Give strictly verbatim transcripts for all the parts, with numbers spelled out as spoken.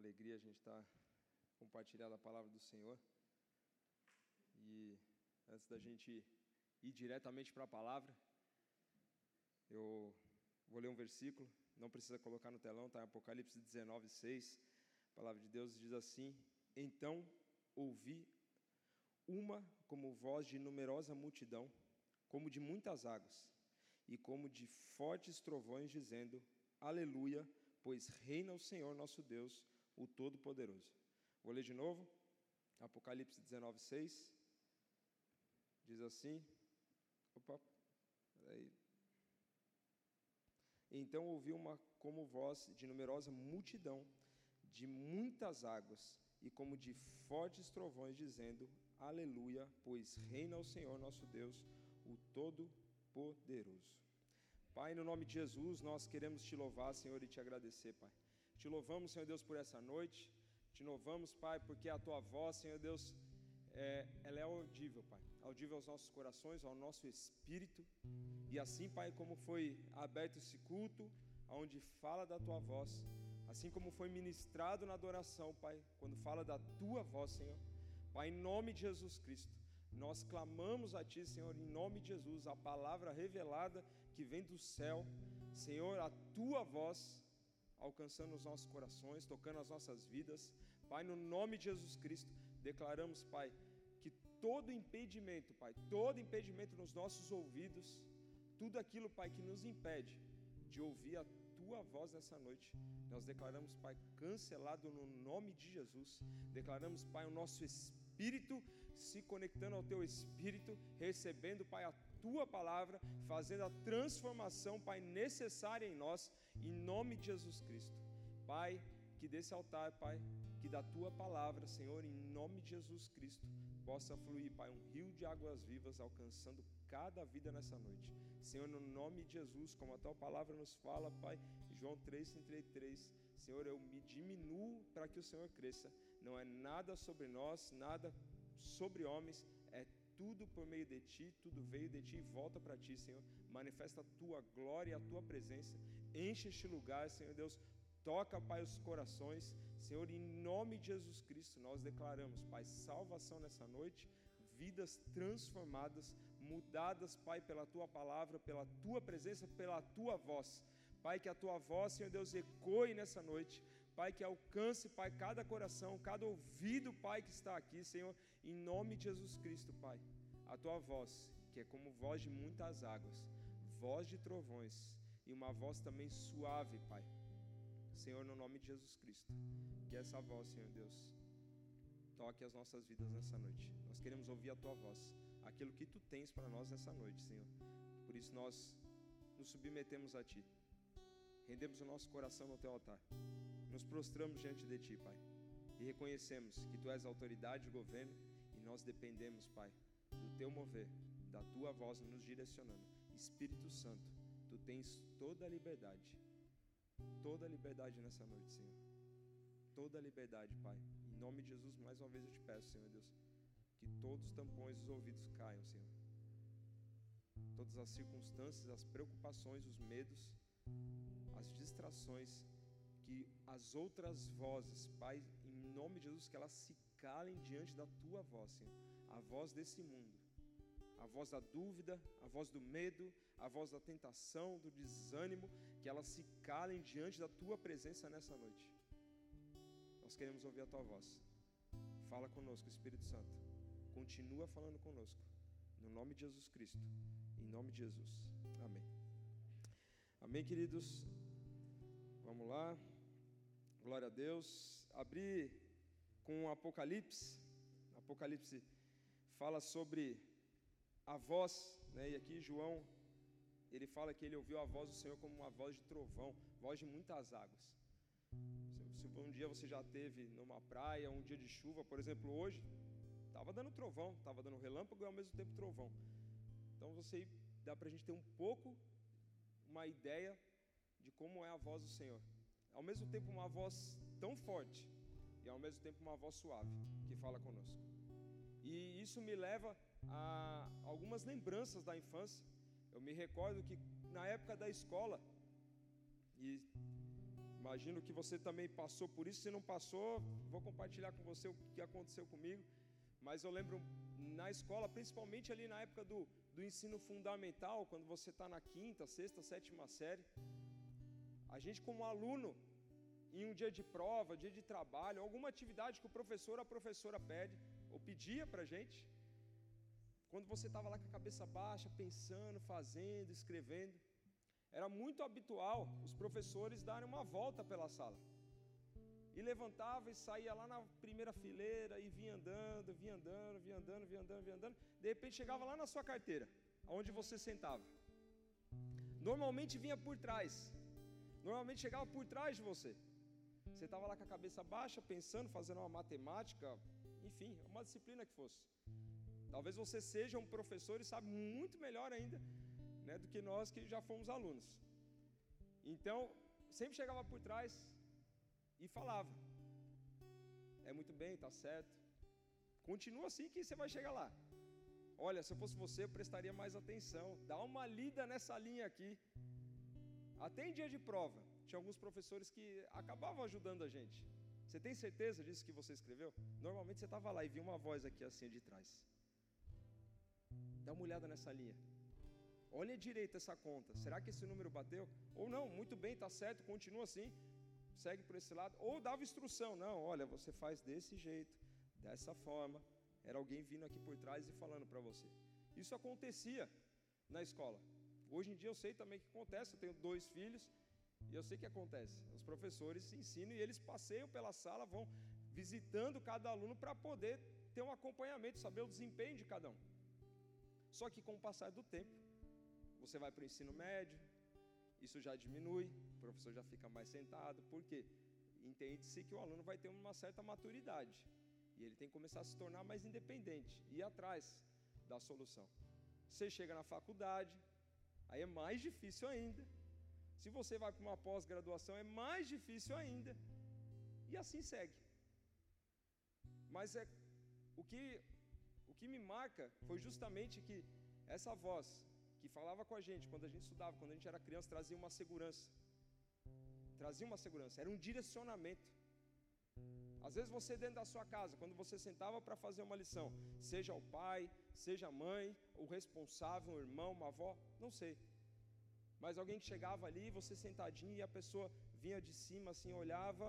alegria a gente estar compartilhando a palavra do Senhor. E antes da gente ir diretamente para a palavra, eu vou ler um versículo, não precisa colocar no telão, está em Apocalipse dezenove, seis. A palavra de Deus diz assim: então ouvi uma como voz de numerosa multidão, como de muitas águas, e como de fortes trovões, dizendo: Aleluia, pois reina o Senhor nosso Deus, o Todo-Poderoso. Vou ler de novo, Apocalipse dezenove, seis, diz assim, opa, peraí. Então ouvi uma como voz de numerosa multidão, de muitas águas, e como de fortes trovões, dizendo: Aleluia, pois reina o Senhor nosso Deus, o Todo-Poderoso. Pai, no nome de Jesus, nós queremos te louvar, Senhor, e te agradecer, Pai. Te louvamos, Senhor Deus, por essa noite. Te louvamos, Pai, porque a Tua voz, Senhor Deus, é, ela é audível, Pai. Audível aos nossos corações, ao nosso espírito. E assim, Pai, como foi aberto esse culto, onde fala da Tua voz, assim como foi ministrado na adoração, Pai, quando fala da Tua voz, Senhor. Pai, em nome de Jesus Cristo, nós clamamos a Ti, Senhor, em nome de Jesus, a palavra revelada que vem do céu, Senhor, a Tua voz alcançando os nossos corações, tocando as nossas vidas. Pai, no nome de Jesus Cristo, declaramos, Pai, que todo impedimento, Pai, todo impedimento nos nossos ouvidos, tudo aquilo, Pai, que nos impede de ouvir a Tua voz nessa noite, nós declaramos, Pai, cancelado no nome de Jesus. Declaramos, Pai, o nosso espírito se conectando ao Teu Espírito, recebendo, Pai, a Tua palavra, fazendo a transformação, Pai, necessária em nós, em nome de Jesus Cristo. Pai, que desse altar, Pai, que da Tua palavra, Senhor, em nome de Jesus Cristo, possa fluir, Pai, um rio de águas vivas, alcançando cada vida nessa noite. Senhor, no nome de Jesus, como a Tua palavra nos fala, Pai, João três, trinta e três, Senhor, eu me diminuo para que o Senhor cresça. Não é nada sobre nós, nada sobre homens, é tudo por meio de Ti, tudo veio de Ti e volta para Ti, Senhor. Manifesta a Tua glória e a Tua presença, enche este lugar, Senhor Deus, toca, Pai, os corações, Senhor, em nome de Jesus Cristo, nós declaramos, Pai, salvação nessa noite, vidas transformadas, mudadas, Pai, pela Tua palavra, pela Tua presença, pela Tua voz. Pai, que a Tua voz, Senhor Deus, ecoe nessa noite, Pai, que alcance, Pai, cada coração, cada ouvido, Pai, que está aqui, Senhor, em nome de Jesus Cristo, Pai. A Tua voz, que é como voz de muitas águas, voz de trovões, e uma voz também suave, Pai. Senhor, no nome de Jesus Cristo, que essa voz, Senhor Deus, toque as nossas vidas nessa noite. Nós queremos ouvir a Tua voz, aquilo que Tu tens para nós nessa noite, Senhor. Por isso nós nos submetemos a Ti, rendemos o nosso coração no Teu altar, nos prostramos diante de Ti, Pai, e reconhecemos que Tu és a autoridade e o governo, e nós dependemos, Pai, do Teu mover, da Tua voz nos direcionando. Espírito Santo, Tu tens toda a liberdade, toda a liberdade nessa noite, Senhor, toda a liberdade, Pai. Em nome de Jesus, mais uma vez eu Te peço, Senhor Deus, que todos os tampões dos ouvidos caiam, Senhor. Todas as circunstâncias, as preocupações, os medos, as distrações, que as outras vozes, Pai, em nome de Jesus, que elas se calem diante da Tua voz, Senhor. A voz desse mundo, a voz da dúvida, a voz do medo, a voz da tentação, do desânimo, que elas se calem diante da Tua presença nessa noite. Nós queremos ouvir a Tua voz. Fala conosco, Espírito Santo. Continua falando conosco. No nome de Jesus Cristo. Em nome de Jesus. Amém. Amém, queridos. Vamos lá. Glória a Deus. Abri com Apocalipse. Apocalipse fala sobre a voz, né? E aqui João, ele fala que ele ouviu a voz do Senhor como uma voz de trovão, voz de muitas águas. Se um dia você já teve numa praia, um dia de chuva, por exemplo, hoje, estava dando trovão, estava dando relâmpago e ao mesmo tempo trovão. Então você dá para a gente ter um pouco, uma ideia de como é a voz do Senhor. Ao mesmo tempo uma voz tão forte e ao mesmo tempo uma voz suave que fala conosco. E isso me leva a algumas lembranças da infância. Eu me recordo que na época da escola, e Imagino que você também passou por isso. Se não passou, vou compartilhar com você o que aconteceu comigo. Mas eu lembro na escola, principalmente ali na época do, do ensino fundamental, quando você está na quinta, sexta, sétima série, a gente como aluno, em um dia de prova, dia de trabalho, alguma atividade que o professor ou a professora pede, ou pedia para a gente, quando você estava lá com a cabeça baixa, pensando, fazendo, escrevendo, era muito habitual os professores darem uma volta pela sala. E levantava e saía lá na primeira fileira e vinha andando, vinha andando, vinha andando, vinha andando, vinha andando. De repente chegava lá na sua carteira, onde você sentava. Normalmente vinha por trás. Normalmente chegava por trás de você. Você estava lá com a cabeça baixa, pensando, fazendo uma matemática, enfim, uma disciplina que fosse. Talvez você seja um professor e sabe muito melhor ainda, né, do que nós que já fomos alunos. Então, sempre chegava por trás e falava: é muito bem, está certo. Continua assim que você vai chegar lá. Olha, se eu fosse você, eu prestaria mais atenção. Dá uma lida nessa linha aqui. Até em dia de prova, tinha alguns professores que acabavam ajudando a gente. Você tem certeza disso que você escreveu? Normalmente você estava lá e via uma voz aqui assim de trás. Dá uma olhada nessa linha. Olha direito essa conta. Será que esse número bateu? Ou não, muito bem, está certo, continua assim. Segue por esse lado. Ou dava instrução. Não, olha, você faz desse jeito, dessa forma. Era alguém vindo aqui por trás e falando para você. Isso acontecia na escola. Hoje em dia eu sei também que acontece. Eu tenho dois filhos e eu sei que acontece. Os professores ensinam e eles passeiam pela sala, vão visitando cada aluno para poder ter um acompanhamento, saber o desempenho de cada um. Só que com o passar do tempo, você vai para o ensino médio, isso já diminui, o professor já fica mais sentado. Por quê? Entende-se que o aluno vai ter uma certa maturidade e ele tem que começar a se tornar mais independente, ir atrás da solução. Você chega na faculdade, aí é mais difícil ainda. Se você vai para uma pós-graduação, é mais difícil ainda. E assim segue. Mas é, o que, o que me marca foi justamente que essa voz que falava com a gente quando a gente estudava, quando a gente era criança, trazia uma segurança. Trazia uma segurança, era um direcionamento. Às vezes você dentro da sua casa, quando você sentava para fazer uma lição, seja o pai, seja a mãe, o responsável, um irmão, uma avó, não sei. Mas alguém que chegava ali, você sentadinho e a pessoa vinha de cima assim, olhava.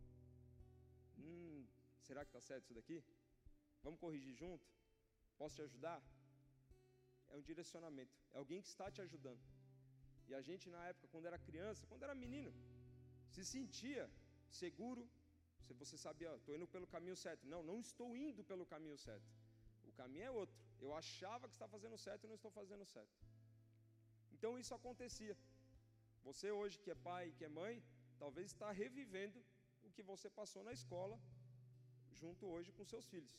Hum, será que está certo isso daqui? Vamos corrigir junto? Posso te ajudar? É um direcionamento, é alguém que está te ajudando. E a gente na época, quando era criança, quando era menino, se sentia seguro. Se você sabia, estou indo pelo caminho certo. Não, não estou indo pelo caminho certo. O caminho é outro. Eu achava que está fazendo certo e não estou fazendo certo. Então isso acontecia. Você hoje que é pai e que é mãe, talvez está revivendo o que você passou na escola, junto hoje com seus filhos.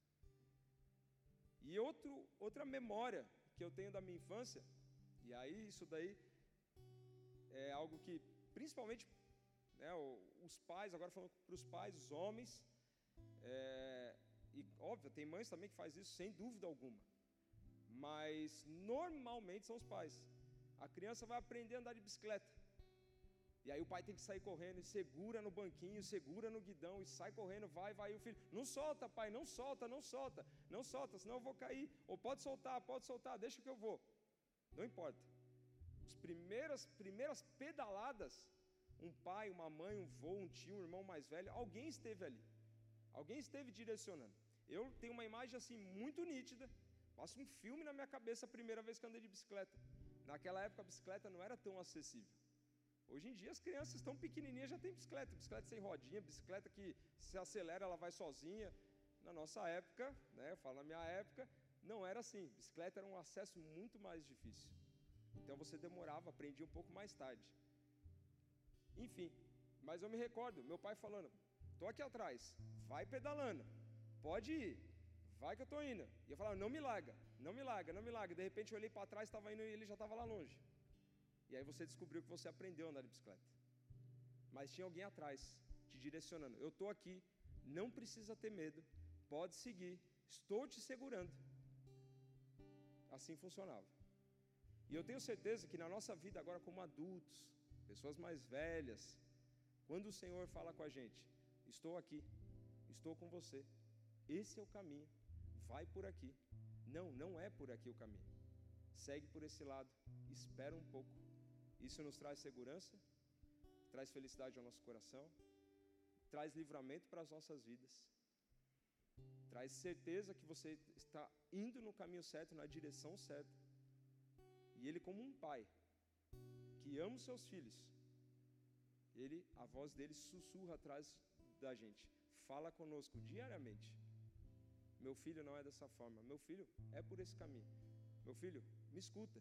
E outro, outra memória que eu tenho da minha infância, e aí isso daí é algo que, principalmente, né, os pais, agora falando para os pais, os homens, é, e óbvio, tem mães também que faz isso sem dúvida alguma, mas normalmente são os pais. A criança vai aprender a andar de bicicleta, e aí o pai tem que sair correndo e segura no banquinho, segura no guidão e sai correndo, vai, vai, e o filho, não solta pai, não solta, não solta, não solta, senão eu vou cair, ou pode soltar, pode soltar, deixa que eu vou, não importa. As primeiras, primeiras pedaladas, um pai, uma mãe, um vô, um tio, um irmão mais velho, alguém esteve ali, alguém esteve direcionando. Eu tenho uma imagem assim muito nítida, passa um filme na minha cabeça a primeira vez que andei de bicicleta. Naquela época a bicicleta não era tão acessível. Hoje em dia as crianças estão pequenininhas, já tem bicicleta, bicicleta sem rodinha, bicicleta que se acelera ela vai sozinha. Na nossa época, né, eu falo na minha época, não era assim, bicicleta era um acesso muito mais difícil. Então você demorava, aprendia um pouco mais tarde. Enfim, mas eu me recordo, meu pai falando, estou aqui atrás, vai pedalando, pode ir, vai que eu estou indo. E eu falava, não me larga, não me larga, não me larga. De repente eu olhei para trás, estava indo e ele já estava lá longe. E aí você descobriu que você aprendeu a andar de bicicleta. Mas tinha alguém atrás, te direcionando. Eu estou aqui, não precisa ter medo, pode seguir, estou te segurando. Assim funcionava. E eu tenho certeza que na nossa vida agora como adultos, pessoas mais velhas, Quando o Senhor fala com a gente, estou aqui, estou com você, esse é o caminho, vai por aqui. Não, não é por aqui o caminho. Segue por esse lado, espera um pouco. Isso nos traz segurança, traz felicidade ao nosso coração, traz livramento para as nossas vidas, traz certeza que você está indo no caminho certo, na direção certa. E Ele, como um pai que ama os seus filhos, Ele, a voz dele sussurra atrás da gente, fala conosco diariamente. Meu filho não é dessa forma, meu filho é por esse caminho, meu filho, me escuta.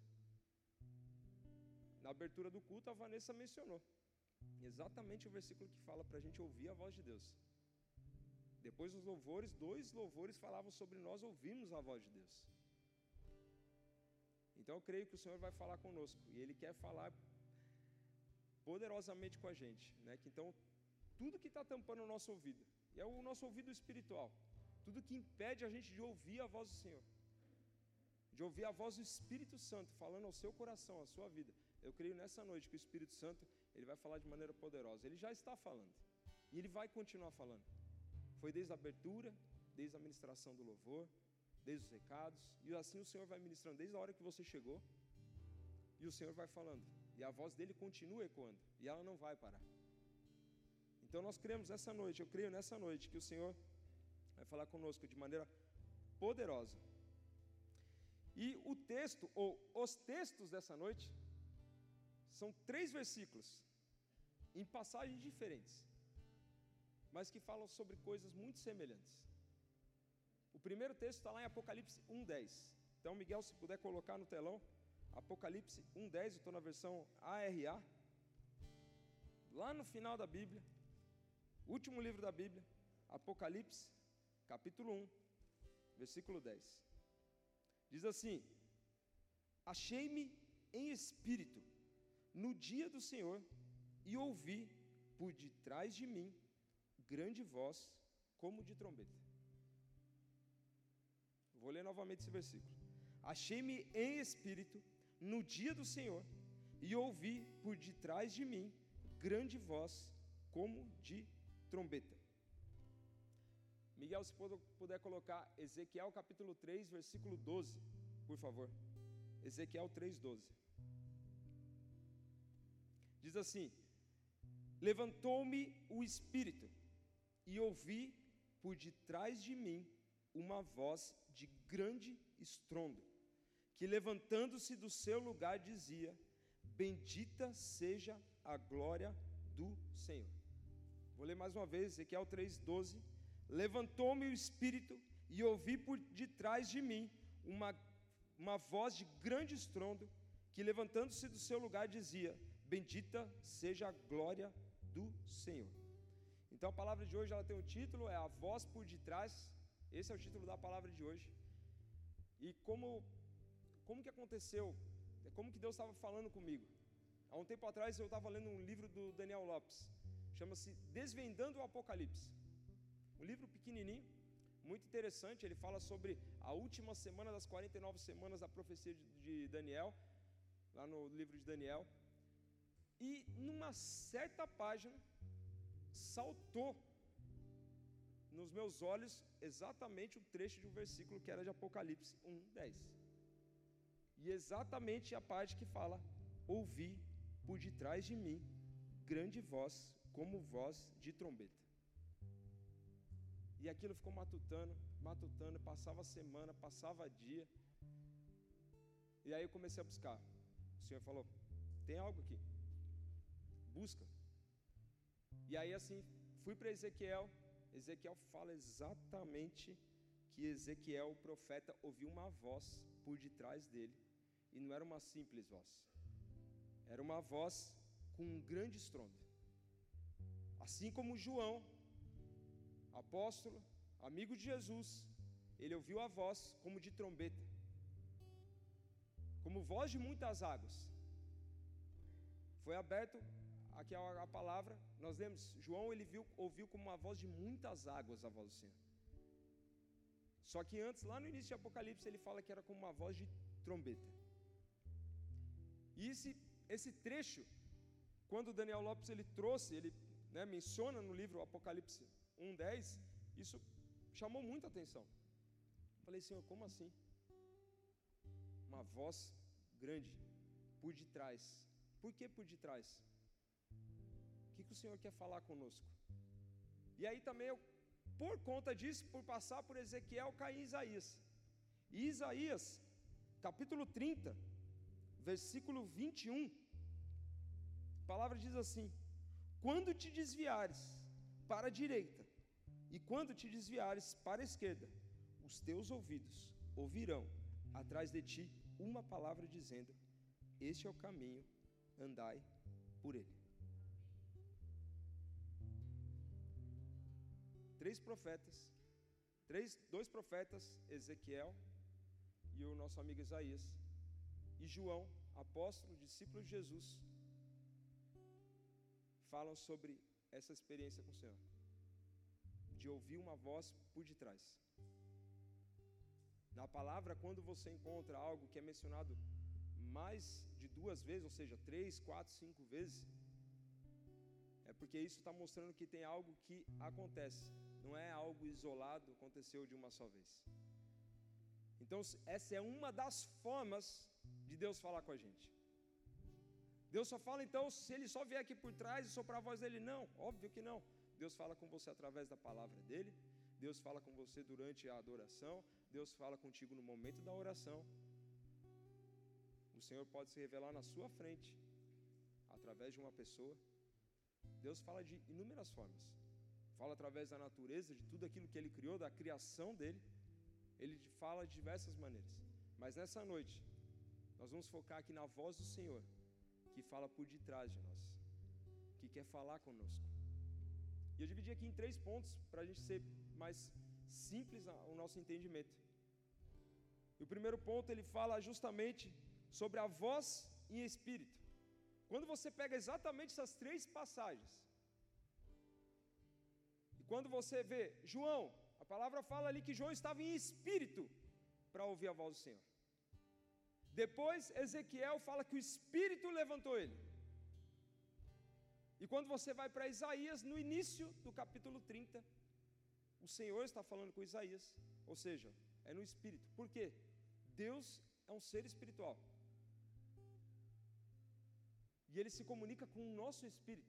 Na abertura do culto, a Vanessa mencionou exatamente o versículo que fala para a gente ouvir a voz de Deus. Depois dos louvores, dois louvores falavam sobre nós ouvirmos a voz de Deus. Então eu creio que o Senhor vai falar conosco, e Ele quer falar poderosamente com a gente, né? Que então, tudo que está tampando o nosso ouvido, e é o nosso ouvido espiritual, tudo que impede a gente de ouvir a voz do Senhor, de ouvir a voz do Espírito Santo falando ao seu coração, à sua vida. Eu creio nessa noite que o Espírito Santo, Ele vai falar de maneira poderosa. Ele já está falando, e Ele vai continuar falando. Foi desde a abertura, desde a ministração do louvor, desde os recados, e assim o Senhor vai ministrando desde a hora que você chegou, e o Senhor vai falando, e a voz dele continua ecoando, e ela não vai parar. Então nós cremos nessa noite, eu creio nessa noite que o Senhor vai falar conosco de maneira poderosa. E o texto, ou os textos dessa noite, são três versículos, em passagens diferentes, mas que falam sobre coisas muito semelhantes. O primeiro texto está lá em Apocalipse um, dez. Então, Miguel, se puder colocar no telão, Apocalipse um, dez, eu estou na versão A R A. Lá no final da Bíblia, último livro da Bíblia, Apocalipse, capítulo um, versículo dez. Diz assim: achei-me em espírito no dia do Senhor, e ouvi por detrás de mim grande voz como de trombeta. Vou ler novamente esse versículo. Achei-me em espírito no dia do Senhor, e ouvi por detrás de mim grande voz como de trombeta. Miguel, se puder colocar Ezequiel capítulo três, versículo doze, por favor. Ezequiel três, doze. Diz assim: levantou-me o espírito, e ouvi por detrás de mim uma voz de grande estrondo, que levantando-se do seu lugar dizia: bendita seja a glória do Senhor. Vou ler mais uma vez, Ezequiel três, doze. Levantou-me o espírito, e ouvi por detrás de mim uma, uma voz de grande estrondo, que levantando-se do seu lugar dizia: bendita seja a glória do Senhor. Então a palavra de hoje ela tem um título, é a voz por detrás. Esse é o título da palavra de hoje. E como, como que aconteceu, como que Deus estava falando comigo? Há um tempo atrás eu estava lendo um livro do Daniel Lopes, chama-se Desvendando o Apocalipse. Um livro pequenininho, muito interessante. Ele fala sobre a última semana das quarenta e nove semanas da profecia de, de Daniel, lá no livro de Daniel. E numa certa página, saltou nos meus olhos exatamente o trecho de um versículo que era de Apocalipse um, dez. E exatamente a parte que fala: ouvi por detrás de mim grande voz, como voz de trombeta. E aquilo ficou matutando, matutando, passava semana, passava dia. E aí eu comecei a buscar. O Senhor falou: tem algo aqui, busca. E aí assim, fui para Ezequiel. Ezequiel fala exatamente que Ezequiel, o profeta, ouviu uma voz por detrás dele, e não era uma simples voz, era uma voz com um grande estrondo. Assim como João, apóstolo, amigo de Jesus, ele ouviu a voz como de trombeta, como voz de muitas águas. Foi aberto aqui a, a palavra, nós lemos, João ele viu, ouviu como uma voz de muitas águas a voz do Senhor. Só que antes, lá no início de Apocalipse, ele fala que era como uma voz de trombeta. E esse, esse trecho, quando Daniel Lopes ele trouxe, ele, né, menciona no livro Apocalipse um, dez, isso chamou muita atenção. Falei, Senhor, como assim? Uma voz grande, por detrás. Por que por detrás? O que, que o Senhor quer falar conosco? E aí também eu, por conta disso, por passar por Ezequiel, caí em Isaías. E Isaías, capítulo trinta, versículo vinte e um, a palavra diz assim: quando te desviares para a direita, e quando te desviares para a esquerda, os teus ouvidos ouvirão atrás de ti uma palavra dizendo: este é o caminho, andai por ele. Três profetas, três, dois profetas, Ezequiel e o nosso amigo Isaías, e João, apóstolo, discípulo de Jesus, falam sobre essa experiência com o Senhor, de ouvir uma voz por detrás. Na palavra, quando você encontra algo que é mencionado mais de duas vezes, ou seja, três, quatro, cinco vezes, é porque isso está mostrando que tem algo que acontece, não é algo isolado, aconteceu de uma só vez. Então, essa é uma das formas de Deus falar com a gente. Deus só fala, então, se Ele só vier aqui por trás e soprar a voz dEle, não, óbvio que não. Deus fala com você através da palavra dEle, Deus fala com você durante a adoração, Deus fala contigo no momento da oração. O Senhor pode se revelar na sua frente, através de uma pessoa. Deus fala de inúmeras formas. Fala através da natureza, de tudo aquilo que Ele criou, da criação dEle. Ele fala de diversas maneiras. Mas nessa noite, nós vamos focar aqui na voz do Senhor, que fala por detrás de nós, que quer falar conosco. E eu dividi aqui em três pontos, para a gente ser mais simples o nosso entendimento. E o primeiro ponto, ele fala justamente sobre a voz em espírito. Quando você pega exatamente essas três passagens, e quando você vê João, a palavra fala ali que João estava em espírito para ouvir a voz do Senhor. Depois Ezequiel fala que o espírito levantou ele. E quando você vai para Isaías, no início do capítulo trinta, o Senhor está falando com Isaías, ou seja, é no espírito. Por quê? Deus é um ser espiritual. E Ele se comunica com o nosso espírito.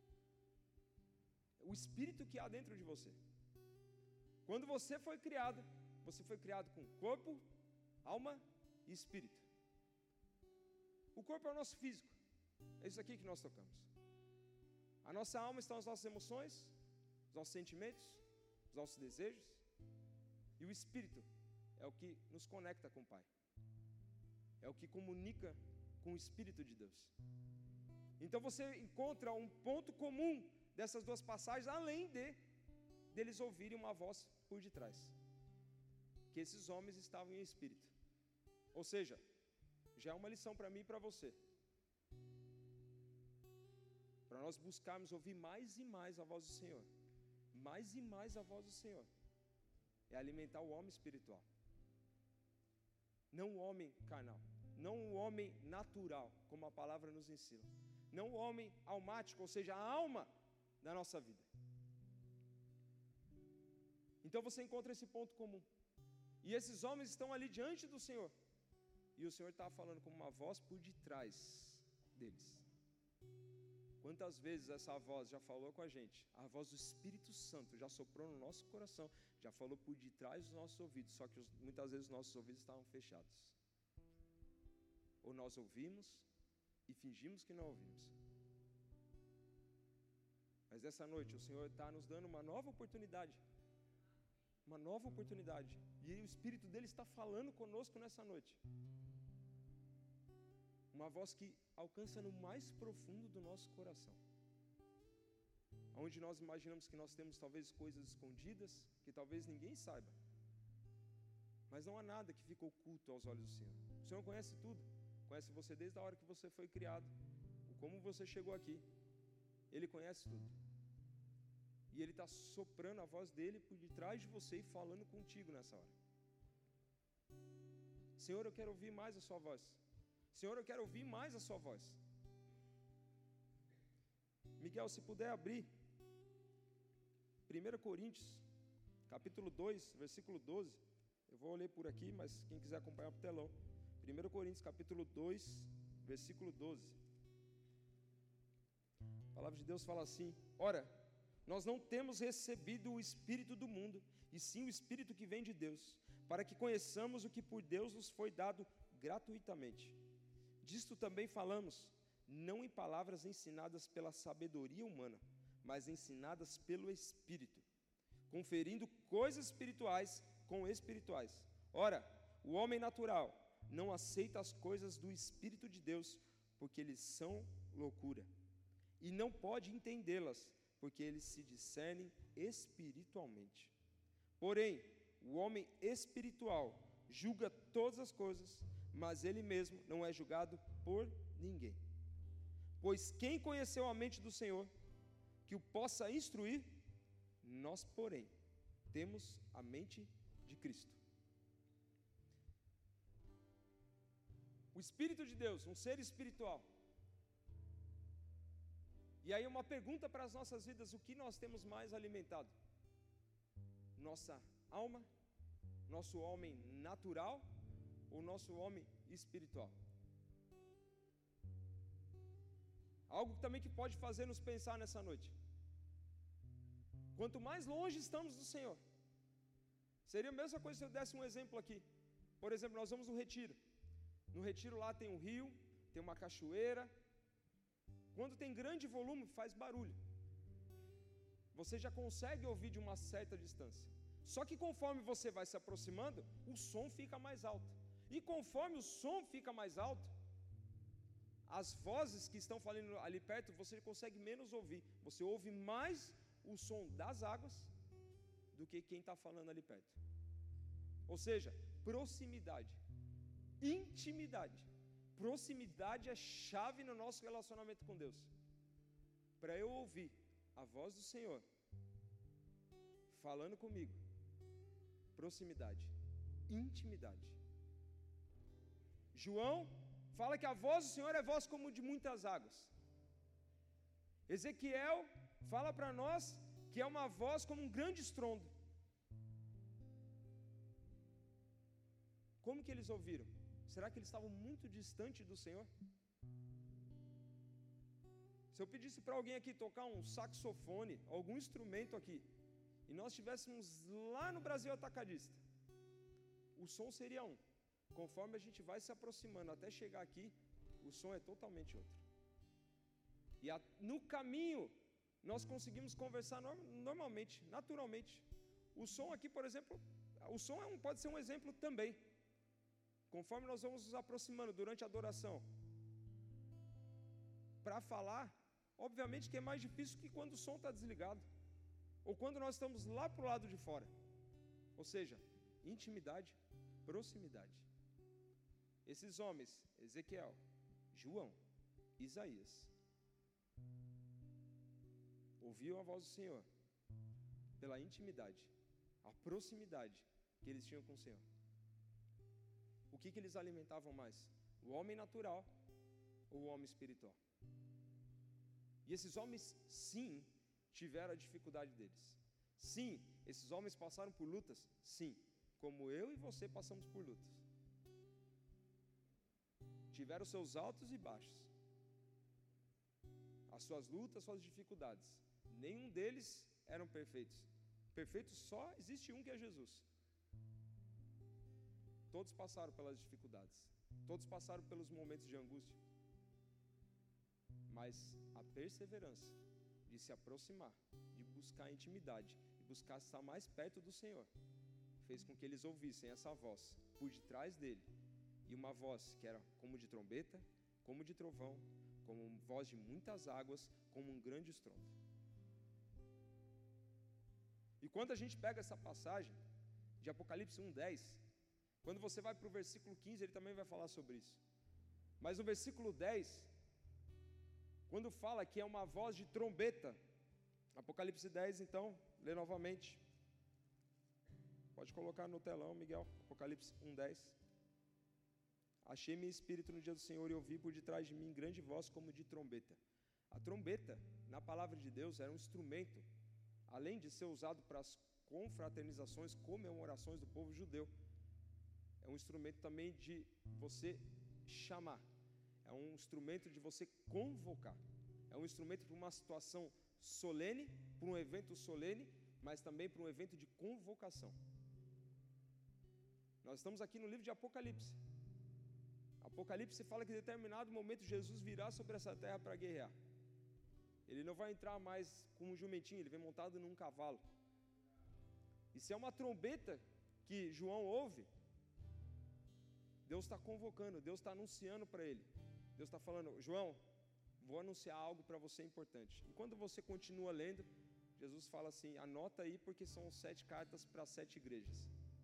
O espírito que há dentro de você. Quando você foi criado, você foi criado com corpo, alma e espírito. O corpo é o nosso físico. É isso aqui que nós tocamos. A nossa alma estão as nossas emoções, os nossos sentimentos, os nossos desejos. E o espírito é o que nos conecta com o Pai. É o que comunica com o Espírito de Deus. Então você encontra um ponto comum dessas duas passagens, além de deles ouvirem uma voz por detrás, que esses homens estavam em espírito. Ou seja, já é uma lição para mim e para você, para nós buscarmos ouvir mais e mais a voz do Senhor. Mais e mais a voz do Senhor é alimentar o homem espiritual, não o homem carnal, não o homem natural, como a palavra nos ensina, não o homem almático, ou seja, a alma da nossa vida. Então você encontra esse ponto comum, e esses homens estão ali diante do Senhor, e o Senhor está falando com uma voz por detrás deles. Quantas vezes essa voz já falou com a gente? A voz do Espírito Santo já soprou no nosso coração, já falou por detrás dos nossos ouvidos, só que muitas vezes os nossos ouvidos estavam fechados. Ou nós ouvimos e fingimos que não ouvimos. Mas essa noite o Senhor está nos dando uma nova oportunidade. Uma nova oportunidade. E o Espírito dele está falando conosco nessa noite. Uma voz que alcança no mais profundo do nosso coração. Onde nós imaginamos que nós temos talvez coisas escondidas, que talvez ninguém saiba. Mas não há nada que fica oculto aos olhos do Senhor. O Senhor conhece tudo. Conhece você desde a hora que você foi criado, como você chegou aqui. Ele conhece tudo. E Ele está soprando a voz dEle por detrás de você e falando contigo nessa hora. Senhor, eu quero ouvir mais a sua voz. Senhor, eu quero ouvir mais a sua voz. Miguel, se puder abrir primeira Coríntios, capítulo dois, versículo doze. Eu vou ler por aqui, mas quem quiser acompanhar para o telão. primeira Coríntios, capítulo dois, versículo doze. A palavra de Deus fala assim: ora, nós não temos recebido o Espírito do mundo, e sim o Espírito que vem de Deus, para que conheçamos o que por Deus nos foi dado gratuitamente. Disto também falamos, não em palavras ensinadas pela sabedoria humana, mas ensinadas pelo Espírito, conferindo coisas espirituais com espirituais. Ora, o homem natural não aceita as coisas do Espírito de Deus, porque eles são loucura, e não pode entendê-las, porque eles se discernem espiritualmente. Porém, o homem espiritual julga todas as coisas, mas ele mesmo não é julgado por ninguém. Pois quem conheceu a mente do Senhor, que o possa instruir? Nós, porém, temos a mente de Cristo. O Espírito de Deus, um ser espiritual. E aí uma pergunta para as nossas vidas: o que nós temos mais alimentado? Nossa alma, nosso homem natural ou nosso homem espiritual? Algo também que pode fazer nos pensar nessa noite. Quanto mais longe estamos do Senhor, seria a mesma coisa se eu desse um exemplo aqui. Por exemplo, nós vamos no retiro. No retiro lá tem um rio, tem uma cachoeira. Quando tem grande volume, faz barulho. Você já consegue ouvir de uma certa distância. Só que conforme você vai se aproximando, o som fica mais alto. E conforme o som fica mais alto, as vozes que estão falando ali perto, você consegue menos ouvir. Você ouve mais o som das águas do que quem está falando ali perto. Ou seja, proximidade, intimidade. Proximidade é chave no nosso relacionamento com Deus. Para eu ouvir a voz do Senhor falando comigo, proximidade, intimidade. João fala que a voz do Senhor é voz como de muitas águas. Ezequiel fala para nós que é uma voz como um grande estrondo. Como que eles ouviram? Será que eles estavam muito distantes do Senhor? Se eu pedisse para alguém aqui tocar um saxofone, algum instrumento aqui, e nós estivéssemos lá no Brasil Atacadista, o som seria um. Conforme a gente vai se aproximando até chegar aqui, o som é totalmente outro. E a, no caminho, nós conseguimos conversar norm, normalmente, naturalmente. O som aqui, por exemplo, o som é um, pode ser um exemplo também. Conforme nós vamos nos aproximando durante a adoração, para falar, obviamente que é mais difícil que quando o som está desligado, ou quando nós estamos lá para o lado de fora. Ou seja, intimidade, proximidade. Esses homens, Ezequiel, João, Isaías, ouviam a voz do Senhor pela intimidade, a proximidade que eles tinham com o Senhor. O que, que eles alimentavam mais? O homem natural ou o homem espiritual? E esses homens, sim, tiveram a dificuldade deles. Sim, esses homens passaram por lutas. Sim, como eu e você passamos por lutas. Tiveram seus altos e baixos, as suas lutas, suas dificuldades. Nenhum deles eram perfeitos. Perfeito só existe um, que é Jesus. Todos passaram pelas dificuldades, todos passaram pelos momentos de angústia, mas a perseverança de se aproximar, de buscar intimidade, de buscar estar mais perto do Senhor, fez com que eles ouvissem essa voz por detrás dele, e uma voz que era como de trombeta, como de trovão, como voz de muitas águas, como um grande estrondo. E quando a gente pega essa passagem de Apocalipse um, dez, quando você vai para o versículo quinze, ele também vai falar sobre isso. Mas no versículo dez, quando fala que é uma voz de trombeta, Apocalipse dez, então, lê novamente. Pode colocar no telão, Miguel, Apocalipse um, dez. Achei meu espírito no dia do Senhor e ouvi por detrás de mim grande voz como de trombeta. A trombeta, na palavra de Deus, era um instrumento além de ser usado para as confraternizações, comemorações do povo judeu, é um instrumento também de você chamar, é um instrumento de você convocar, é um instrumento para uma situação solene, para um evento solene, mas também para um evento de convocação. Nós estamos aqui no livro de Apocalipse. Apocalipse fala que em determinado momento Jesus virá sobre essa terra para guerrear. Ele não vai entrar mais como um jumentinho, ele vem montado num cavalo. E se é uma trombeta que João ouve, Deus está convocando, Deus está anunciando para ele. Deus está falando: João, vou anunciar algo para você importante. E quando você continua lendo, Jesus fala assim: anota aí, porque são sete cartas para sete igrejas.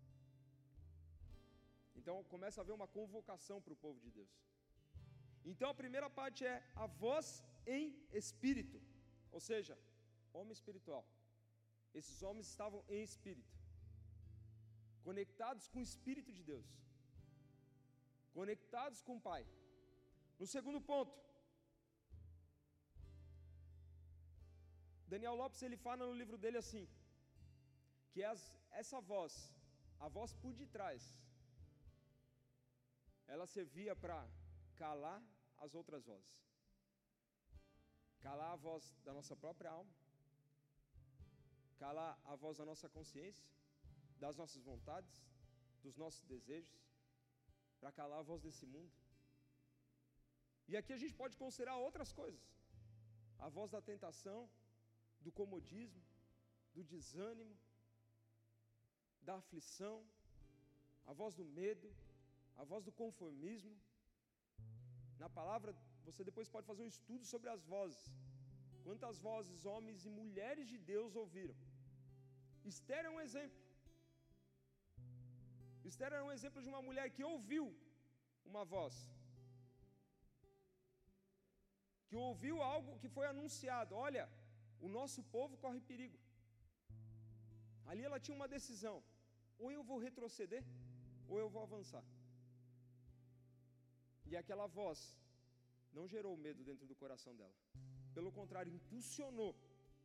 Então começa a haver uma convocação para o povo de Deus. Então a primeira parte é a voz em espírito, ou seja, homem espiritual. Esses homens estavam em espírito, conectados com o Espírito de Deus, conectados com o Pai. No segundo ponto, Daniel Lopes ele fala no livro dele assim, que as, essa voz, a voz por detrás, ela servia para calar as outras vozes, calar a voz da nossa própria alma, calar a voz da nossa consciência, das nossas vontades, dos nossos desejos, para calar a voz desse mundo. E aqui a gente pode considerar outras coisas, a voz da tentação, do comodismo, do desânimo, da aflição, a voz do medo, a voz do conformismo. Na palavra, você depois pode fazer um estudo sobre as vozes. Quantas vozes homens e mulheres de Deus ouviram? Esther é um exemplo. Esther era um exemplo de uma mulher que ouviu uma voz, que ouviu algo que foi anunciado: olha, o nosso povo corre perigo. Ali ela tinha uma decisão: ou eu vou retroceder, ou eu vou avançar. E aquela voz não gerou medo dentro do coração dela, pelo contrário, impulsionou,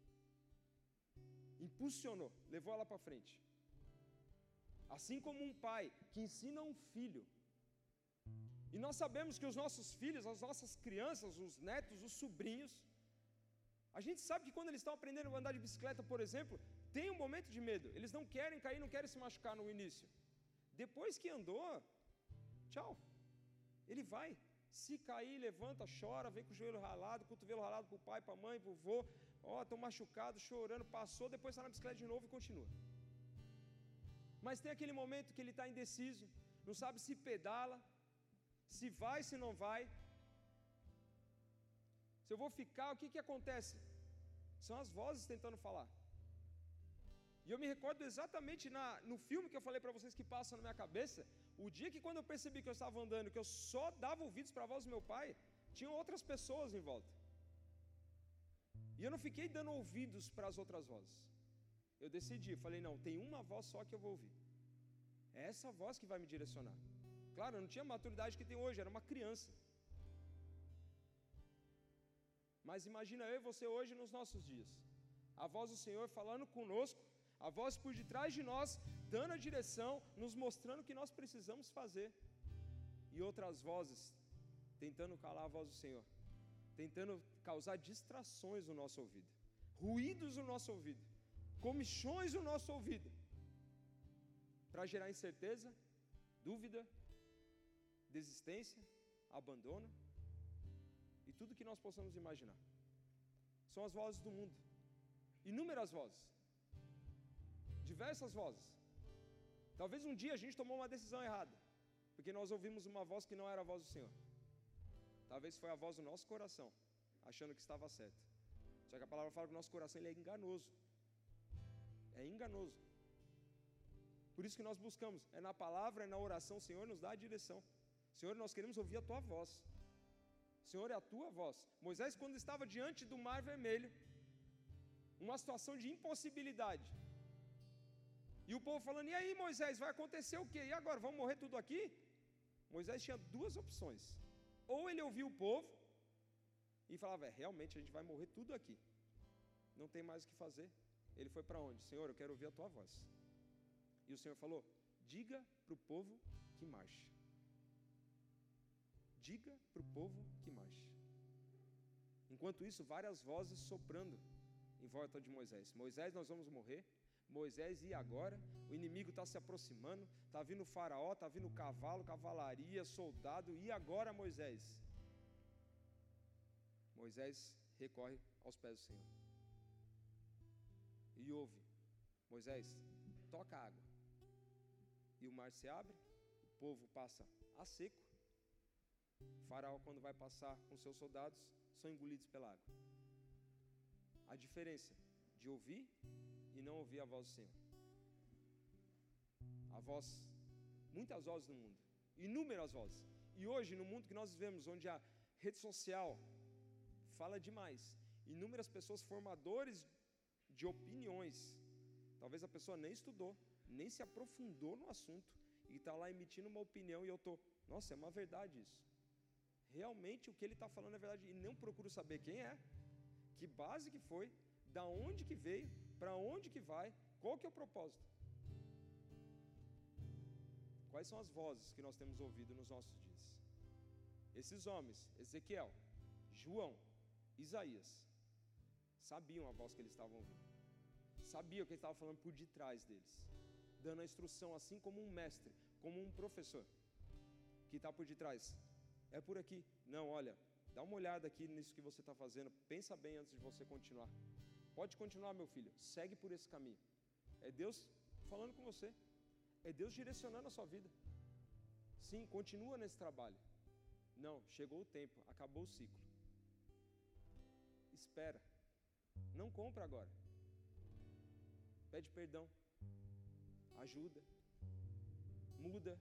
impulsionou, levou ela para frente. Assim como um pai que ensina um filho, e nós sabemos que os nossos filhos, as nossas crianças, os netos, os sobrinhos, a gente sabe que quando eles estão aprendendo a andar de bicicleta, por exemplo, tem um momento de medo, eles não querem cair, não querem se machucar no início. Depois que andou, tchau, ele vai, se cair, levanta, chora, vem com o joelho ralado, cotovelo ralado para o pai, para a mãe, para o vô, ó, estão machucados, chorando, passou, depois está na bicicleta de novo e continua. Mas tem aquele momento que ele está indeciso, não sabe se pedala, se vai, se não vai, se eu vou ficar, o que que acontece? São as vozes tentando falar. E eu me recordo exatamente na, no filme que eu falei para vocês que passa na minha cabeça, o dia que quando eu percebi que eu estava andando, que eu só dava ouvidos para a voz do meu pai, tinham outras pessoas em volta. E eu não fiquei dando ouvidos para as outras vozes. Eu decidi, falei, não, tem uma voz só que eu vou ouvir. É essa voz que vai me direcionar. Claro, eu não tinha a maturidade que tem hoje, era uma criança. Mas imagina eu e você hoje nos nossos dias. A voz do Senhor falando conosco, a voz por detrás de nós, dando a direção, nos mostrando o que nós precisamos fazer. E outras vozes tentando calar a voz do Senhor, tentando causar distrações no nosso ouvido, ruídos no nosso ouvido, comichões no nosso ouvido, para gerar incerteza, dúvida, desistência, abandono e tudo que nós possamos imaginar. São as vozes do mundo, inúmeras vozes, diversas vozes. Talvez um dia a gente tomou uma decisão errada, porque nós ouvimos uma voz que não era a voz do Senhor. Talvez foi a voz do nosso coração, achando que estava certo. Só que a palavra fala que o nosso coração ele é enganoso. É enganoso. Por isso que nós buscamos, é na palavra, é na oração, Senhor, nos dá a direção. Senhor, nós queremos ouvir a Tua voz. Senhor, é a Tua voz. Moisés, quando estava diante do Mar Vermelho, uma situação de impossibilidade, e o povo falando, e aí Moisés, vai acontecer o quê? E agora, vamos morrer tudo aqui? Moisés tinha duas opções. Ou ele ouvia o povo, e falava, é, realmente a gente vai morrer tudo aqui. Não tem mais o que fazer. ele foi para onde? Senhor, eu quero ouvir a tua voz. E o Senhor falou, diga para o povo que marche. Diga para o povo que marche. Enquanto isso, várias vozes soprando em volta de Moisés. Moisés, nós vamos morrer. Moisés, e agora? O inimigo está se aproximando, está vindo o faraó, está vindo cavalo, cavalaria, soldado, e agora, Moisés? Moisés recorre aos pés do Senhor e ouve, Moisés, toca a água, e o mar se abre, o povo passa a seco, o faraó, quando vai passar com seus soldados, são engolidos pela água. A diferença de ouvir e não ouvir a voz do Senhor. A voz, muitas vozes no mundo, inúmeras vozes. E hoje, no mundo que nós vivemos, onde a rede social fala demais, inúmeras pessoas formadores de opiniões, talvez a pessoa nem estudou, nem se aprofundou no assunto, e está lá emitindo uma opinião, e eu estou, nossa, é uma verdade isso. Realmente o que ele está falando é verdade, e não procuro saber quem é, que base que foi, da onde que veio, para onde que vai, qual que é o propósito. Quais são as vozes que nós temos ouvido nos nossos dias? Esses homens, Ezequiel, João, Isaías, sabiam a voz que eles estavam ouvindo, sabiam o que ele estava falando por detrás deles, dando a instrução, assim como um mestre, como um professor, que está por detrás, é por aqui, não, olha, dá uma olhada aqui nisso que você está fazendo, pensa bem antes de você continuar, pode continuar, meu filho, segue por esse caminho. É Deus falando com você, é Deus direcionando a sua vida. Sim, continua nesse trabalho. Não, chegou o tempo, acabou o ciclo. Espera, não compra agora. Pede perdão, ajuda, muda.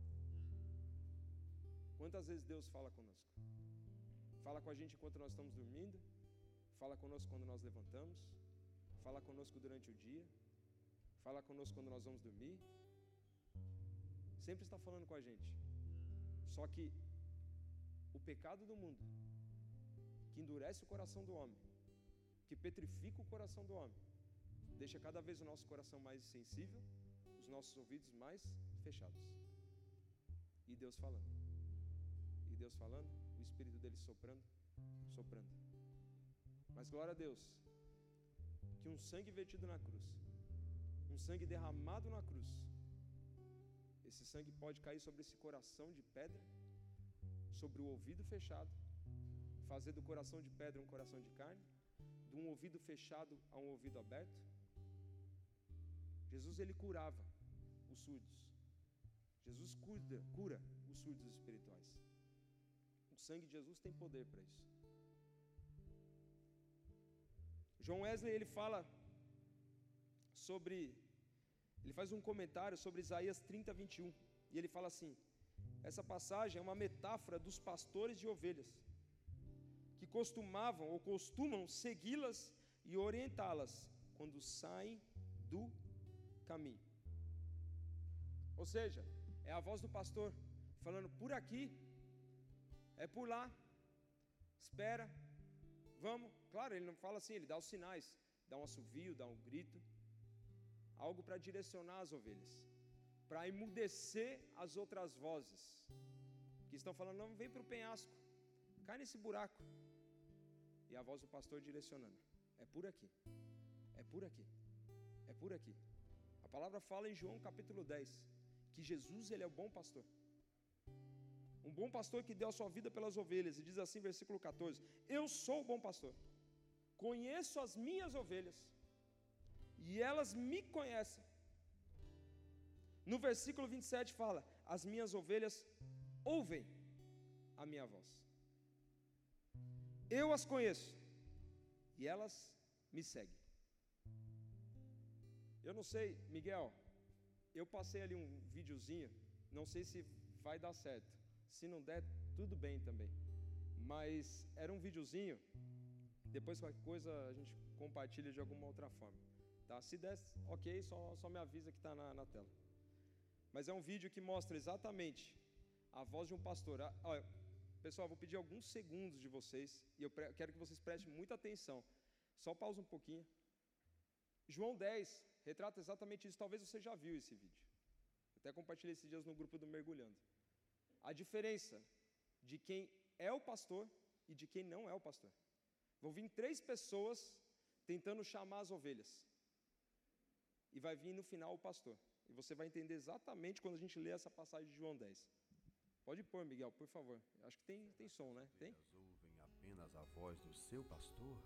Quantas vezes Deus fala conosco? Fala com a gente enquanto nós estamos dormindo, fala conosco quando nós levantamos, fala conosco durante o dia, fala conosco quando nós vamos dormir, sempre está falando com a gente. Só que o pecado do mundo, que endurece o coração do homem, que petrifica o coração do homem, deixa cada vez o nosso coração mais sensível, os nossos ouvidos mais fechados. E Deus falando, e Deus falando, o Espírito dele soprando, soprando. Mas glória a Deus, que um sangue vertido na cruz, um sangue derramado na cruz, esse sangue pode cair sobre esse coração de pedra, sobre o ouvido fechado, fazer do coração de pedra um coração de carne, de um ouvido fechado a um ouvido aberto. Jesus, ele curava os surdos. Jesus cura, cura os surdos espirituais. O sangue de Jesus tem poder para isso. John Wesley, ele fala sobre, ele faz um comentário sobre Isaías trinta, vinte e um, e ele fala assim, essa passagem é uma metáfora dos pastores de ovelhas, que costumavam ou costumam segui-las e orientá-las quando saem do caminho. Ou seja, é a voz do pastor falando por aqui, é por lá, espera, vamos. Claro, ele não fala assim, ele dá os sinais, dá um assovio, dá um grito, algo para direcionar as ovelhas, para emudecer as outras vozes que estão falando, não, vem para o penhasco, cai nesse buraco. E a voz do pastor direcionando, é por aqui, é por aqui, é por aqui. A palavra fala em João capítulo dez, que Jesus, ele é o bom pastor, um bom pastor que deu a sua vida pelas ovelhas, e diz assim, versículo catorze, eu sou o bom pastor, conheço as minhas ovelhas, e elas me conhecem. No versículo vinte e sete fala, as minhas ovelhas ouvem a minha voz, eu as conheço, e elas me seguem. Eu não sei, Miguel, eu passei ali um videozinho, não sei se vai dar certo, se não der, tudo bem também, mas era um videozinho, depois qualquer coisa a gente compartilha de alguma outra forma, tá? Se der, ok, só, só me avisa que está na, na tela. Mas é um vídeo que mostra exatamente a voz de um pastor. Ah, olha, pessoal, vou pedir alguns segundos de vocês, e eu quero que vocês prestem muita atenção, só pausa um pouquinho. João dez retrata exatamente isso. Talvez você já viu esse vídeo. Até compartilhei esses dias no grupo do Mergulhando. A diferença de quem é o pastor e de quem não é o pastor. Vão vir três pessoas tentando chamar as ovelhas. E vai vir no final o pastor. E você vai entender exatamente quando a gente lê essa passagem de João dez. Pode pôr, Miguel, por favor. Acho que tem, tem som, né? Tem? Ouvem apenas a voz do seu pastor?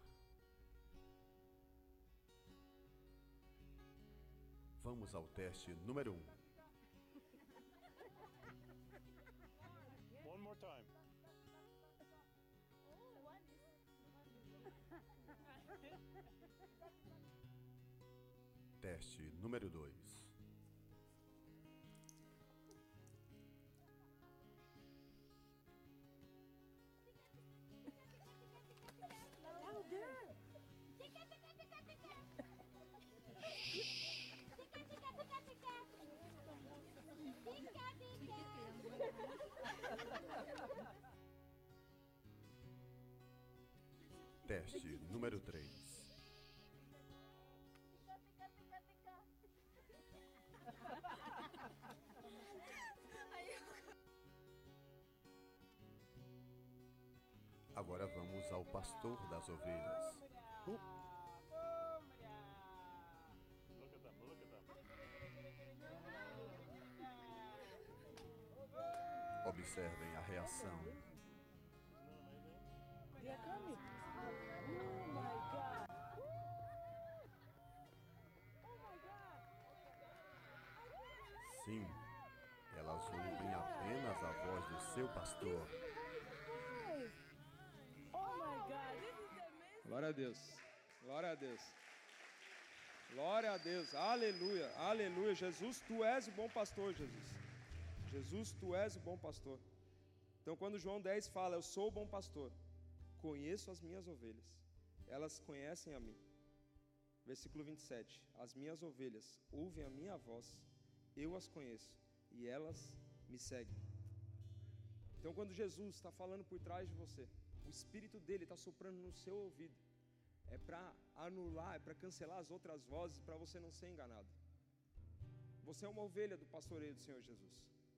Vamos ao teste número um. One more time. Teste número dois. Teste número três. Agora vamos ao pastor das ovelhas. Look at them, look at them. Observem a reação. They are coming. Oh my God. Oh my God. Sim, elas ouvem apenas a voz do seu pastor. Oh my God. This is amazing. Glória a Deus. Glória a Deus. Glória a Deus. Aleluia. Aleluia. Jesus, tu és o bom pastor, Jesus. Jesus, tu és o bom pastor. Então, quando João dez fala, eu sou o bom pastor, conheço as minhas ovelhas, elas conhecem a mim. Versículo vinte e sete, as minhas ovelhas ouvem a minha voz, eu as conheço, e elas me seguem. Então, quando Jesus está falando por trás de você, o Espírito dele está soprando no seu ouvido, é para anular, é para cancelar as outras vozes, para você não ser enganado. Você é uma ovelha do pastoreio do Senhor Jesus.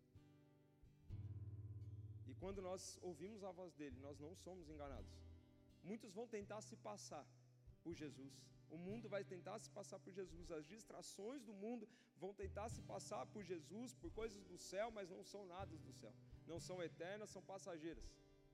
E quando nós ouvimos a voz dele, nós não somos enganados. Muitos vão tentar se passar por Jesus. O mundo vai tentar se passar por Jesus. As distrações do mundo vão tentar se passar por Jesus, por coisas do céu, mas não são nada do céu. Não são eternas, são passageiras.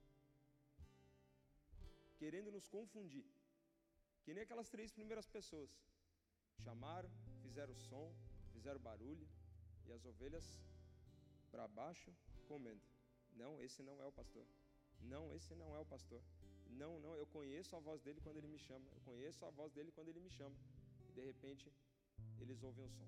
Querendo nos confundir. Que nem aquelas três primeiras pessoas. Chamaram, fizeram som, fizeram barulho, e as ovelhas para baixo comendo. Não, esse não é o pastor. Não, esse não é o pastor. Não, não, eu conheço a voz dele quando ele me chama. Eu conheço a voz dele quando ele me chama. E de repente, eles ouvem o som.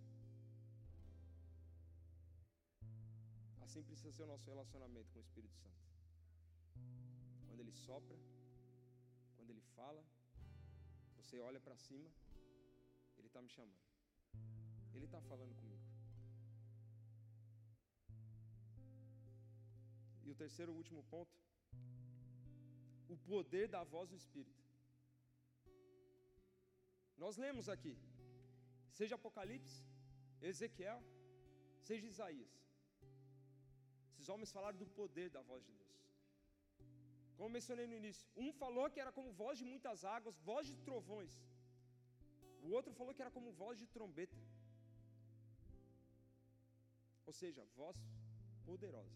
Assim precisa ser o nosso relacionamento com o Espírito Santo. Quando ele sopra, quando ele fala, você olha para cima, ele está me chamando. Ele está falando comigo. E o terceiro e último ponto, o poder da voz do Espírito. Nós lemos aqui, seja Apocalipse, Ezequiel, seja Isaías. Esses homens falaram do poder da voz de Deus. Como eu mencionei no início, um falou que era como voz de muitas águas, voz de trovões. O outro falou que era como voz de trombeta. Ou seja, voz poderosa.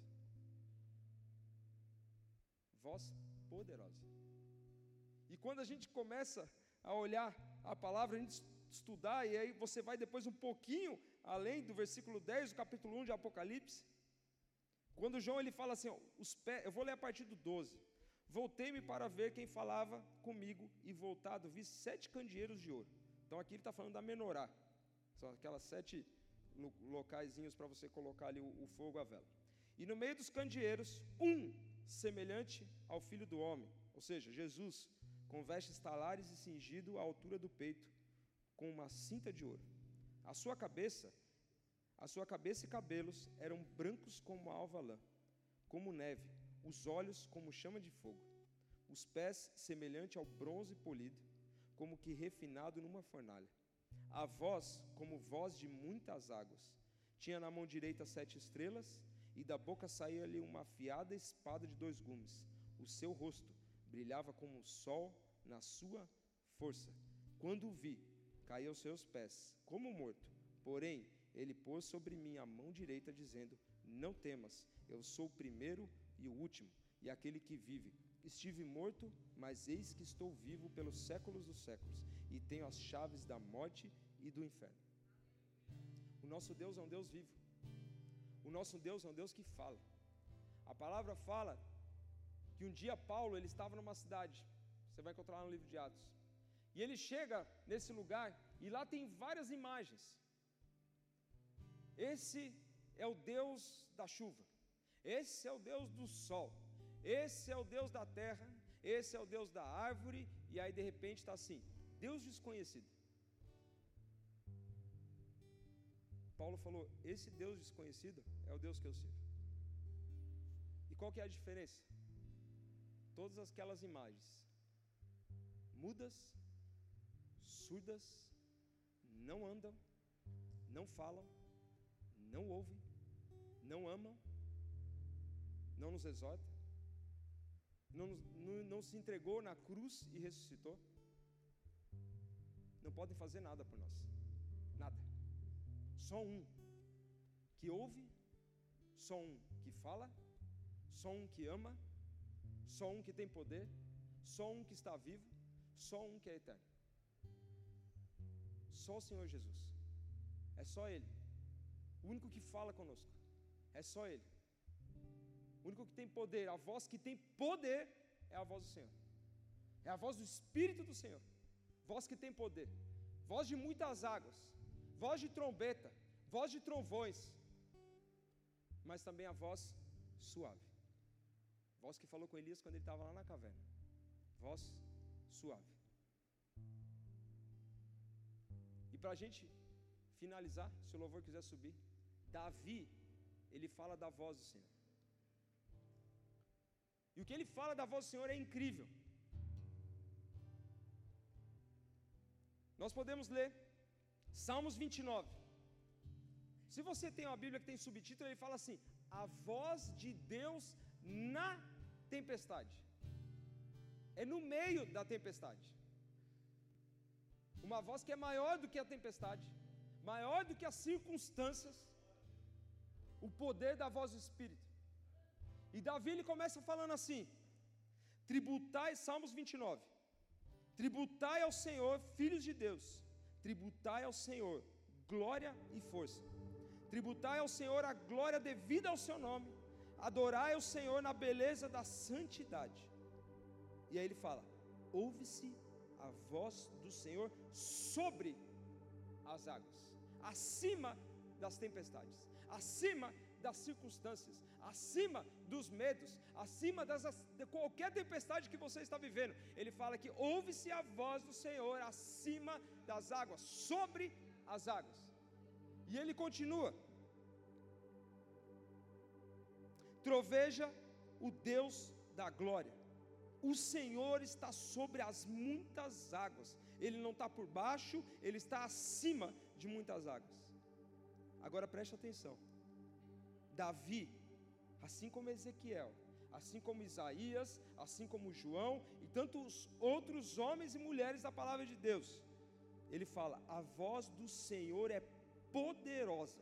Voz poderosa. E quando a gente começa a olhar a palavra, a gente estudar, e aí você vai depois um pouquinho além do versículo dez do capítulo um de Apocalipse, quando João ele fala assim, ó, os pés, eu vou ler a partir do doze. Voltei-me para ver quem falava comigo, e voltado vi sete candeeiros de ouro. Então aqui ele está falando da menorá. São aquelas sete locaizinhos para você colocar ali o, o fogo, a vela. E no meio dos candeeiros, um semelhante ao Filho do Homem, ou seja, Jesus, com vestes talares e cingido à altura do peito, com uma cinta de ouro. A sua cabeça, a sua cabeça e cabelos eram brancos como a alva lã, como neve, os olhos como chama de fogo, os pés semelhante ao bronze polido, como que refinado numa fornalha. A voz, como voz de muitas águas. Tinha na mão direita sete estrelas, e da boca saía-lhe uma afiada espada de dois gumes. O seu rosto brilhava como o sol na sua força. Quando o vi, caí aos seus pés, como morto. Porém, ele pôs sobre mim a mão direita, dizendo: não temas, eu sou o primeiro e o último, e aquele que vive. Estive morto, mas eis que estou vivo pelos séculos dos séculos, e tenho as chaves da morte e do inferno. O nosso Deus é um Deus vivo. O nosso Deus é um Deus que fala. A palavra fala que um dia Paulo, ele estava numa cidade, você vai encontrar no livro de Atos, e ele chega nesse lugar, e lá tem várias imagens. Esse é o Deus da chuva, esse é o Deus do sol, esse é o Deus da terra, esse é o Deus da árvore, e aí de repente está assim, Deus desconhecido. Paulo falou, esse Deus desconhecido é o Deus que eu sirvo. E qual que é a diferença? Todas aquelas imagens, mudas, surdas, não andam, não falam, não ouvem, não amam, não nos exorta, não, não, não se entregou na cruz e ressuscitou, não podem fazer nada por nós, nada. Só um que ouve, só um que fala, só um que ama, só um que tem poder, só um que está vivo, só um que é eterno. Só o Senhor Jesus. É só Ele. O único que fala conosco. É só Ele. O único que tem poder, a voz que tem poder é a voz do Senhor. É a voz do Espírito do Senhor. Voz que tem poder. Voz de muitas águas. Voz de trombeta. Voz de trovões. Mas também a voz suave. Voz que falou com Elias quando ele estava lá na caverna. Voz suave. E para a gente finalizar, se o louvor quiser subir, Davi, ele fala da voz do Senhor. E o que ele fala da voz do Senhor é incrível. Nós podemos ler Salmos vinte e nove. Se você tem uma Bíblia que tem subtítulo, ele fala assim: a voz de Deus na tempestade. É no meio da tempestade. Uma voz que é maior do que a tempestade, maior do que as circunstâncias, o poder da voz do Espírito. E Davi, ele começa falando assim: tributai, Salmos vinte e nove, tributai ao Senhor, filhos de Deus, tributai ao Senhor glória e força, tributai ao Senhor a glória devida ao seu nome, adorai ao Senhor na beleza da santidade. E aí ele fala: ouve-se a voz do Senhor sobre as águas, acima das tempestades, acima das circunstâncias, acima dos medos, acima das, de qualquer tempestade que você está vivendo. Ele fala que ouve-se a voz do Senhor acima das águas, sobre as águas. E ele continua: troveja o Deus da glória. O Senhor está sobre as muitas águas. Ele não está por baixo, Ele está acima de muitas águas. Agora preste atenção. Davi, assim como Ezequiel, assim como Isaías, assim como João e tantos outros homens e mulheres da palavra de Deus, ele fala: a voz do Senhor é poderosa.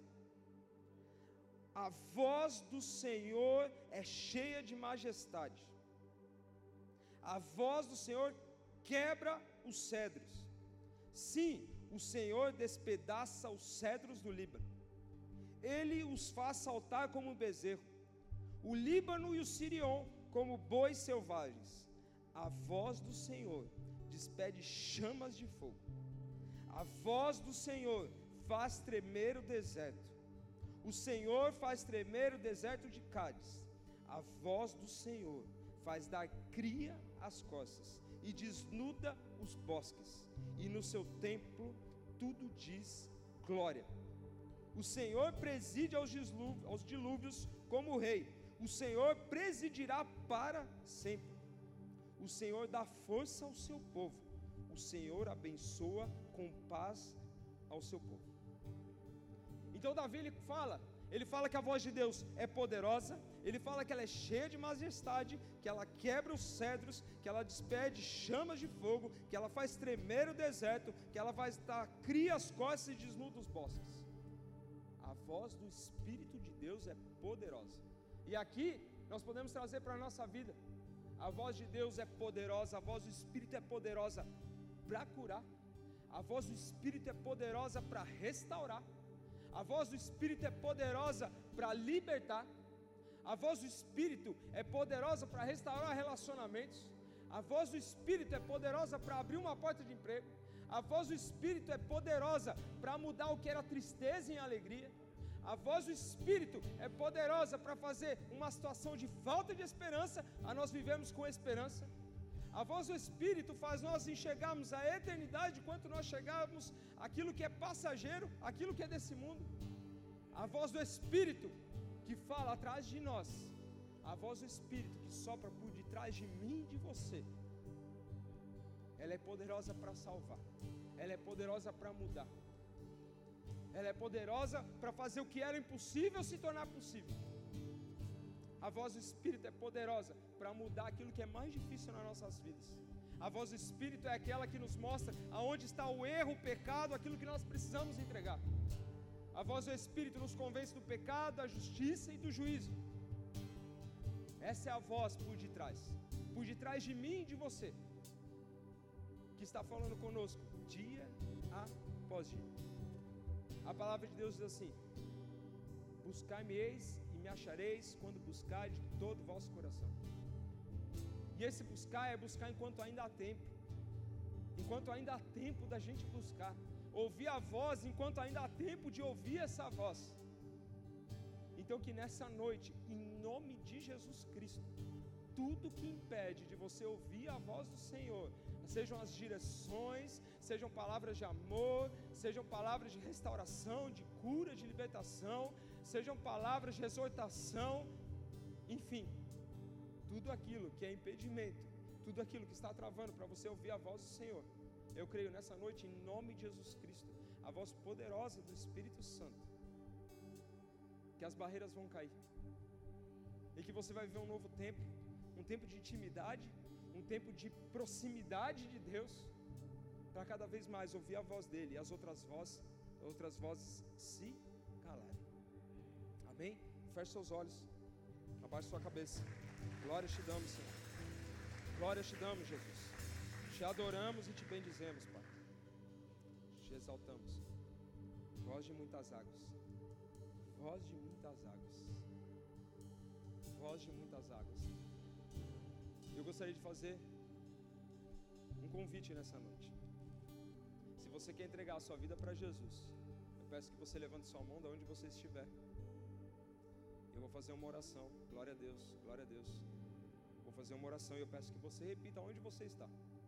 A voz do Senhor é cheia de majestade. A voz do Senhor quebra os cedros. Sim, o Senhor despedaça os cedros do Líbano. Ele os faz saltar como um bezerro. O Líbano e o Sirion como bois selvagens. A voz do Senhor despede chamas de fogo. A voz do Senhor faz tremer o deserto. O Senhor faz tremer o deserto de Cádiz. A voz do Senhor faz dar cria às costas e desnuda os bosques, e no seu templo tudo diz glória. O Senhor preside aos dilúvios, aos dilúvios como rei. O Senhor presidirá para sempre. O Senhor dá força ao seu povo. O Senhor abençoa com paz ao seu povo. Então Davi ele fala, ele fala que a voz de Deus é poderosa, ele fala que ela é cheia de majestade, que ela quebra os cedros, que ela despede chamas de fogo, que ela faz tremer o deserto, que ela faz tá, cria as costas e desnuda os bosques. A voz do Espírito de Deus é poderosa. E aqui nós podemos trazer para a nossa vida. A voz de Deus é poderosa, a voz do Espírito é poderosa para curar. A voz do Espírito é poderosa para restaurar. A voz do Espírito é poderosa para libertar. A voz do Espírito é poderosa para restaurar relacionamentos. A voz do Espírito é poderosa para abrir uma porta de emprego. A voz do Espírito é poderosa para mudar o que era tristeza em alegria. A voz do Espírito é poderosa para fazer uma situação de falta de esperança a nós vivemos com esperança. A voz do Espírito faz nós enxergarmos a eternidade enquanto nós chegarmos aquilo que é passageiro, aquilo que é desse mundo. A voz do Espírito que fala atrás de nós, a voz do Espírito que sopra por detrás de mim e de você, ela é poderosa para salvar, ela é poderosa para mudar, ela é poderosa para fazer o que era impossível se tornar possível. A voz do Espírito é poderosa para mudar aquilo que é mais difícil nas nossas vidas. A voz do Espírito é aquela que nos mostra aonde está o erro, o pecado, aquilo que nós precisamos entregar. A voz do Espírito nos convence do pecado, da justiça e do juízo. Essa é a voz por detrás, por detrás de mim e de você, que está falando conosco dia após dia. A palavra de Deus diz assim: buscar-me-eis e me achareis quando buscar de todo o vosso coração. E esse buscar é buscar enquanto ainda há tempo, enquanto ainda há tempo da gente buscar, ouvir a voz enquanto ainda há tempo de ouvir essa voz. Então que nessa noite, em nome de Jesus Cristo, tudo que impede de você ouvir a voz do Senhor, sejam as direções, sejam palavras de amor, sejam palavras de restauração, de cura, de libertação, sejam palavras de exortação, enfim, tudo aquilo que é impedimento, tudo aquilo que está travando para você ouvir a voz do Senhor, eu creio nessa noite, em nome de Jesus Cristo, a voz poderosa do Espírito Santo, que as barreiras vão cair, e que você vai viver um novo tempo, um tempo de intimidade, um tempo de proximidade de Deus, para cada vez mais ouvir a voz dEle, e as outras vozes, outras vozes se calarem. Amém? Feche seus olhos, abaixe sua cabeça. Glória te damos, Senhor. Glória te damos, Jesus. Te adoramos e te bendizemos, Pai. Te exaltamos. Voz de muitas águas. Voz de muitas águas. Voz de muitas águas. Eu gostaria de fazer um convite nessa noite. Se você quer entregar a sua vida para Jesus, eu peço que você levante sua mão de onde você estiver. Eu vou fazer uma oração. Glória a Deus, glória a Deus. Vou fazer uma oração e eu peço que você repita onde você está.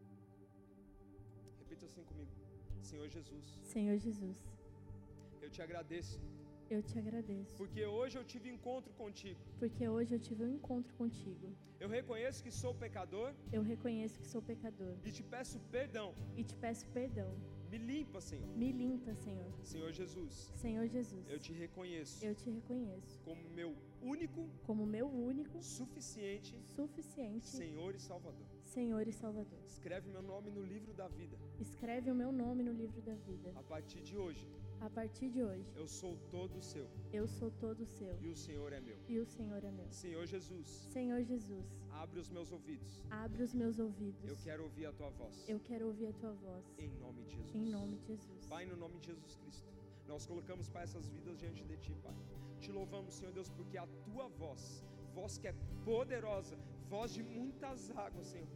Repita assim comigo. Senhor Jesus. Senhor Jesus, Eu te agradeço. eu te agradeço, Porque hoje eu tive encontro contigo. porque hoje eu tive um encontro contigo. Eu reconheço que sou pecador Eu reconheço que sou pecador e te peço perdão. e te peço perdão. Me limpa, Senhor. Me limpa, Senhor. Senhor Jesus, Senhor Jesus, eu te reconheço eu te reconheço como meu único, como meu único, suficiente suficiente Senhor e Salvador. Senhor e Salvador. Escreve meu nome no livro da vida. Escreve o meu nome no livro da vida. A partir de hoje, A partir de hoje, eu sou todo seu eu sou todo seu e o Senhor é meu. e o Senhor é meu. Senhor Jesus, Senhor Jesus, abre os meus ouvidos. abre os meus ouvidos. Eu quero ouvir a tua voz. Eu quero ouvir a tua voz. Em nome de Jesus. Em nome de Jesus. Pai, no nome de Jesus Cristo, nós colocamos, Pai, essas vidas diante de Ti, Pai. Te louvamos, Senhor Deus, porque a Tua voz, voz que é poderosa, voz de muitas águas, Senhor,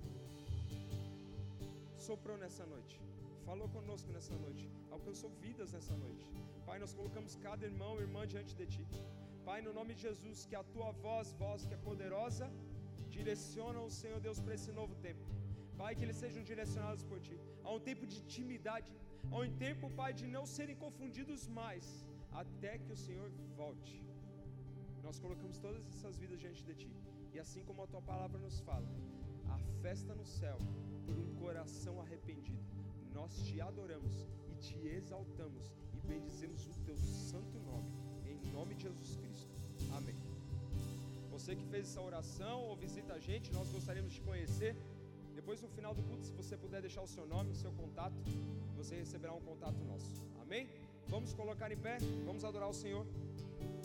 soprou nessa noite, falou conosco nessa noite, alcançou vidas nessa noite. Pai, nós colocamos cada irmão e irmã diante de Ti. Pai, no nome de Jesus, que a Tua voz, voz que é poderosa, direciona o Senhor Deus para esse novo tempo. Pai, que eles sejam direcionados por Ti, a um tempo de intimidade, a um tempo, Pai, de não serem confundidos mais, até que o Senhor volte. Nós colocamos todas essas vidas diante de Ti, e assim como a Tua palavra nos fala, a festa no céu, por um coração arrependido, nós Te adoramos e te exaltamos e bendizemos o teu santo nome, em nome de Jesus Cristo. Amém. Você que fez essa oração ou visita a gente, nós gostaríamos de conhecer. Depois, no final do culto, se você puder deixar o seu nome, o seu contato, você receberá um contato nosso. Amém? Vamos colocar em pé, vamos adorar o Senhor.